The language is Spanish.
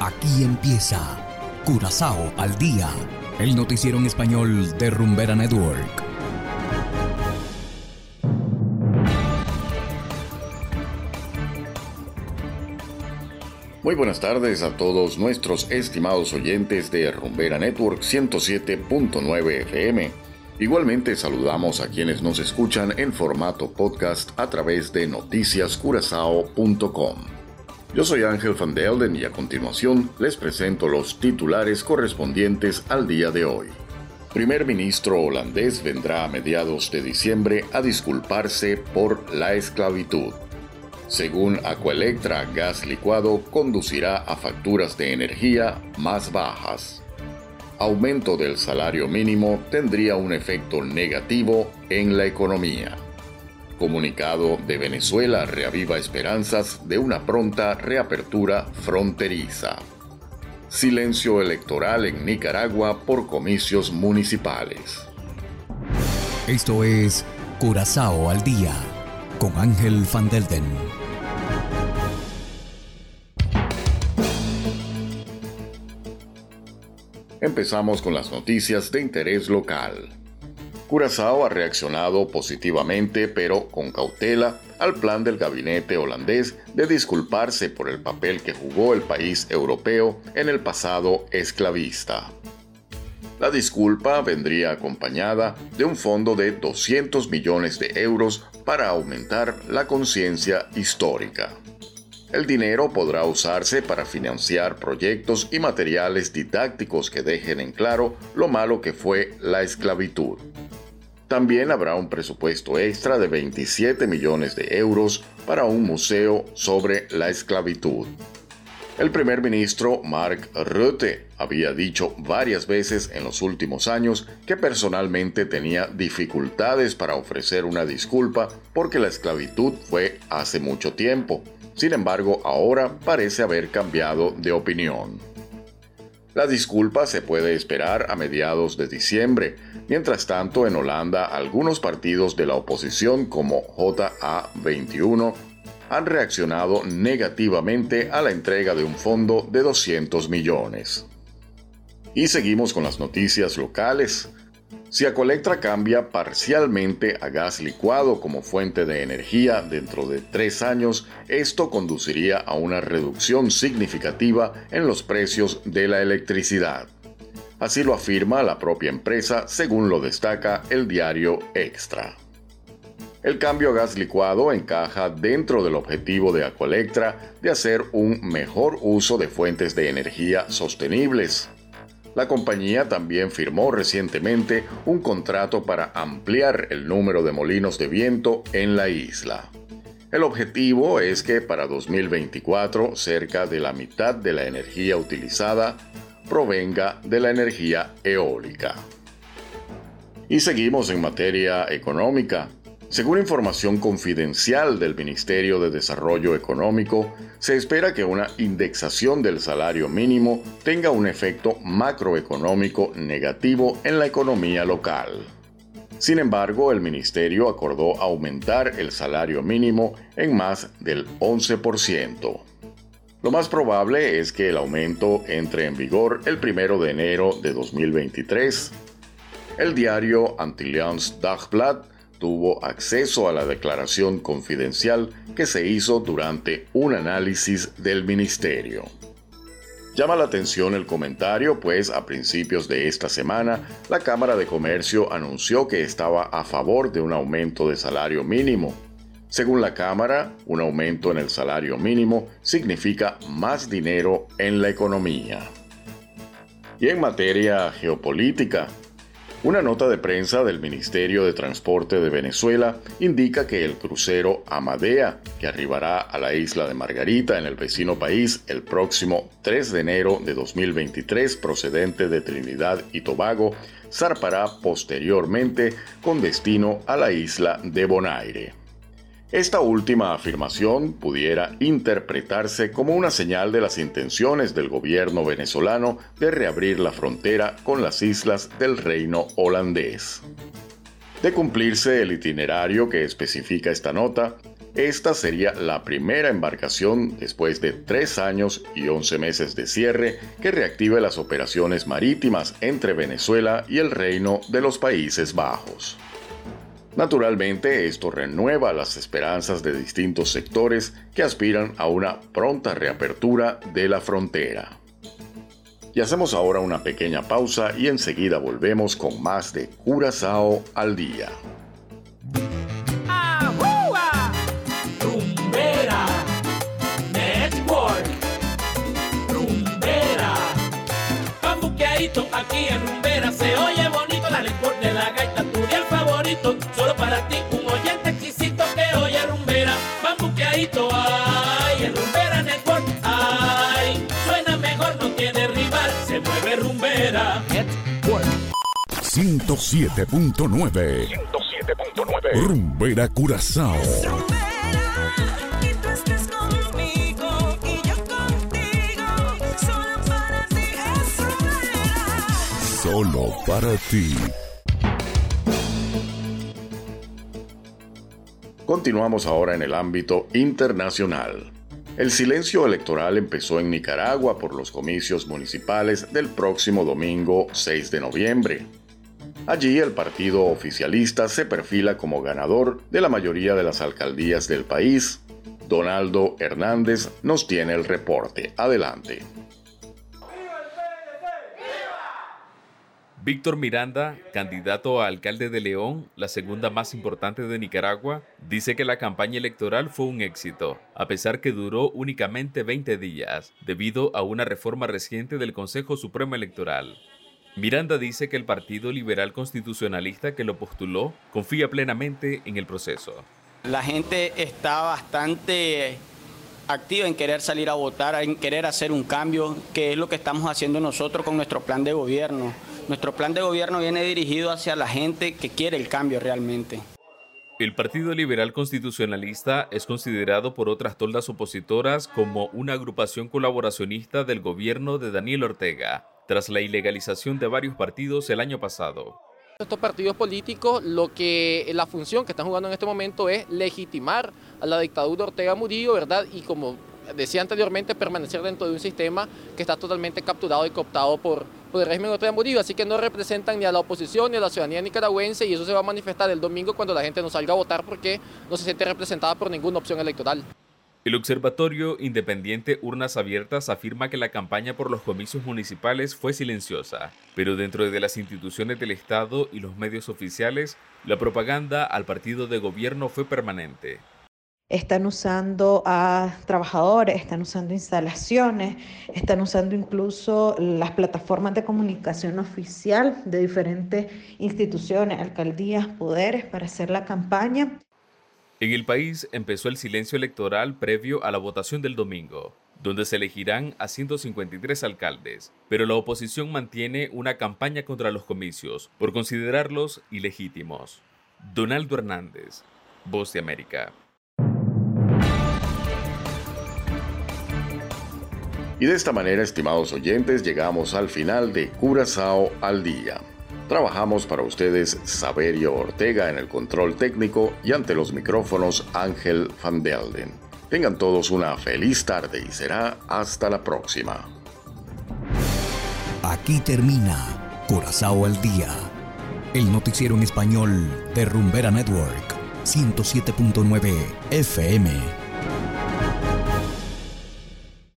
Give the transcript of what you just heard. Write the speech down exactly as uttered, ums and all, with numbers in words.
Aquí empieza Curazao al día, el noticiero en español de Rumbera Network. Muy buenas tardes a todos nuestros estimados oyentes de Rumbera Network ciento siete punto nueve F M. Igualmente saludamos a quienes nos escuchan en formato podcast a través de noticias curazao punto com. Yo soy Ángel Van Delden y a continuación les presento los titulares correspondientes al día de hoy. Primer ministro holandés vendrá a mediados de diciembre a disculparse por la esclavitud. Según Aqualectra, gas licuado conducirá a facturas de energía más bajas. Aumento del salario mínimo tendría un efecto negativo en la economía. Comunicado de Venezuela reaviva esperanzas de una pronta reapertura fronteriza. Silencio electoral en Nicaragua por comicios municipales. Esto es Curazao al día con Ángel Van Delden. Empezamos con las noticias de interés local. Curazao ha reaccionado positivamente, pero con cautela, al plan del gabinete holandés de disculparse por el papel que jugó el país europeo en el pasado esclavista. La disculpa vendría acompañada de un fondo de doscientos millones de euros para aumentar la conciencia histórica. El dinero podrá usarse para financiar proyectos y materiales didácticos que dejen en claro lo malo que fue la esclavitud. También habrá un presupuesto extra de veintisiete millones de euros para un museo sobre la esclavitud. El primer ministro Mark Rutte había dicho varias veces en los últimos años que personalmente tenía dificultades para ofrecer una disculpa porque la esclavitud fue hace mucho tiempo. Sin embargo, ahora parece haber cambiado de opinión. La disculpa se puede esperar a mediados de diciembre. Mientras tanto, en Holanda, algunos partidos de la oposición como J A veintiuno han reaccionado negativamente a la entrega de un fondo de doscientos millones. Y seguimos con las noticias locales. Si Aqualectra cambia parcialmente a gas licuado como fuente de energía dentro de tres años, esto conduciría a una reducción significativa en los precios de la electricidad. Así lo afirma la propia empresa, según lo destaca el diario Extra. El cambio a gas licuado encaja dentro del objetivo de Aqualectra de hacer un mejor uso de fuentes de energía sostenibles. La compañía también firmó recientemente un contrato para ampliar el número de molinos de viento en la isla. El objetivo es que para dos mil veinticuatro cerca de la mitad de la energía utilizada provenga de la energía eólica. Y seguimos en materia económica. Según información confidencial del Ministerio de Desarrollo Económico, se espera que una indexación del salario mínimo tenga un efecto macroeconómico negativo en la economía local. Sin embargo, el ministerio acordó aumentar el salario mínimo en más del once por ciento. Lo más probable es que el aumento entre en vigor el primero de enero de dos mil veintitrés. El diario Antilliaans Dagblad tuvo acceso a la declaración confidencial que se hizo durante un análisis del ministerio. Llama la atención el comentario, pues a principios de esta semana, la Cámara de Comercio anunció que estaba a favor de un aumento de salario mínimo. Según la Cámara, un aumento en el salario mínimo significa más dinero en la economía. Y en materia geopolítica, una nota de prensa del Ministerio de Transporte de Venezuela indica que el crucero Amadea, que arribará a la isla de Margarita en el vecino país el próximo tres de enero de dos mil veintitrés procedente de Trinidad y Tobago, zarpará posteriormente con destino a la isla de Bonaire. Esta última afirmación pudiera interpretarse como una señal de las intenciones del gobierno venezolano de reabrir la frontera con las islas del reino holandés. De cumplirse el itinerario que especifica esta nota, Esta sería la primera embarcación después de tres años y once meses de cierre que reactive las operaciones marítimas entre Venezuela y el Reino de los Países Bajos. Naturalmente, esto renueva las esperanzas de distintos sectores que aspiran a una pronta reapertura de la frontera. Y hacemos ahora una pequeña pausa y enseguida volvemos con más de Curazao al día. Rumbera Network. Rumbera. Bambuqueadito aquí en Rumbera se oye bonito la network de la gaita, tu día favorito. Solo para ti, un oyente exquisito que oye Rumbera. Bambuqueadito, ay, en Rumbera Network, ay, suena mejor, no tiene rival, se mueve Rumbera Network. ciento siete punto nueve. ciento siete punto nueve. Rumbera Curazao. Solo para ti. Continuamos ahora en el ámbito internacional. El silencio electoral empezó en Nicaragua por los comicios municipales del próximo domingo seis de noviembre. Allí el partido oficialista se perfila como ganador de la mayoría de las alcaldías del país. Donaldo Hernández nos tiene el reporte. Adelante. Víctor Miranda, candidato a alcalde de León, la segunda más importante de Nicaragua, dice que la campaña electoral fue un éxito, a pesar que duró únicamente veinte días, debido a una reforma reciente del Consejo Supremo Electoral. Miranda dice que el Partido Liberal Constitucionalista que lo postuló confía plenamente en el proceso. La gente está bastante activa en querer salir a votar, en querer hacer un cambio, que es lo que estamos haciendo nosotros con nuestro plan de gobierno. Nuestro plan de gobierno viene dirigido hacia la gente que quiere el cambio realmente. El Partido Liberal Constitucionalista es considerado por otras toldas opositoras como una agrupación colaboracionista del gobierno de Daniel Ortega, tras la ilegalización de varios partidos el año pasado. Estos partidos políticos, lo que la función que están jugando en este momento es legitimar a la dictadura Ortega Murillo, ¿verdad? Y como decía anteriormente, permanecer dentro de un sistema que está totalmente capturado y cooptado por, por el régimen Ortega Murillo, así que no representan ni a la oposición ni a la ciudadanía nicaragüense, y eso se va a manifestar el domingo cuando la gente no salga a votar porque no se siente representada por ninguna opción electoral. El Observatorio Independiente Urnas Abiertas afirma que la campaña por los comicios municipales fue silenciosa, pero dentro de las instituciones del Estado y los medios oficiales, la propaganda al partido de gobierno fue permanente. Están usando a trabajadores, están usando instalaciones, están usando incluso las plataformas de comunicación oficial de diferentes instituciones, alcaldías, poderes para hacer la campaña. En el país empezó el silencio electoral previo a la votación del domingo, donde se elegirán a ciento cincuenta y tres alcaldes, pero la oposición mantiene una campaña contra los comicios por considerarlos ilegítimos. Donaldo Hernández, Voz de América. Y de esta manera, estimados oyentes, llegamos al final de Curazao al día. Trabajamos para ustedes Saberio Ortega en el control técnico y ante los micrófonos Ángel Van Delden. Tengan todos una feliz tarde y será hasta la próxima. Aquí termina Curazao al día, el noticiero en español de Rumbera Network ciento siete punto nueve F M.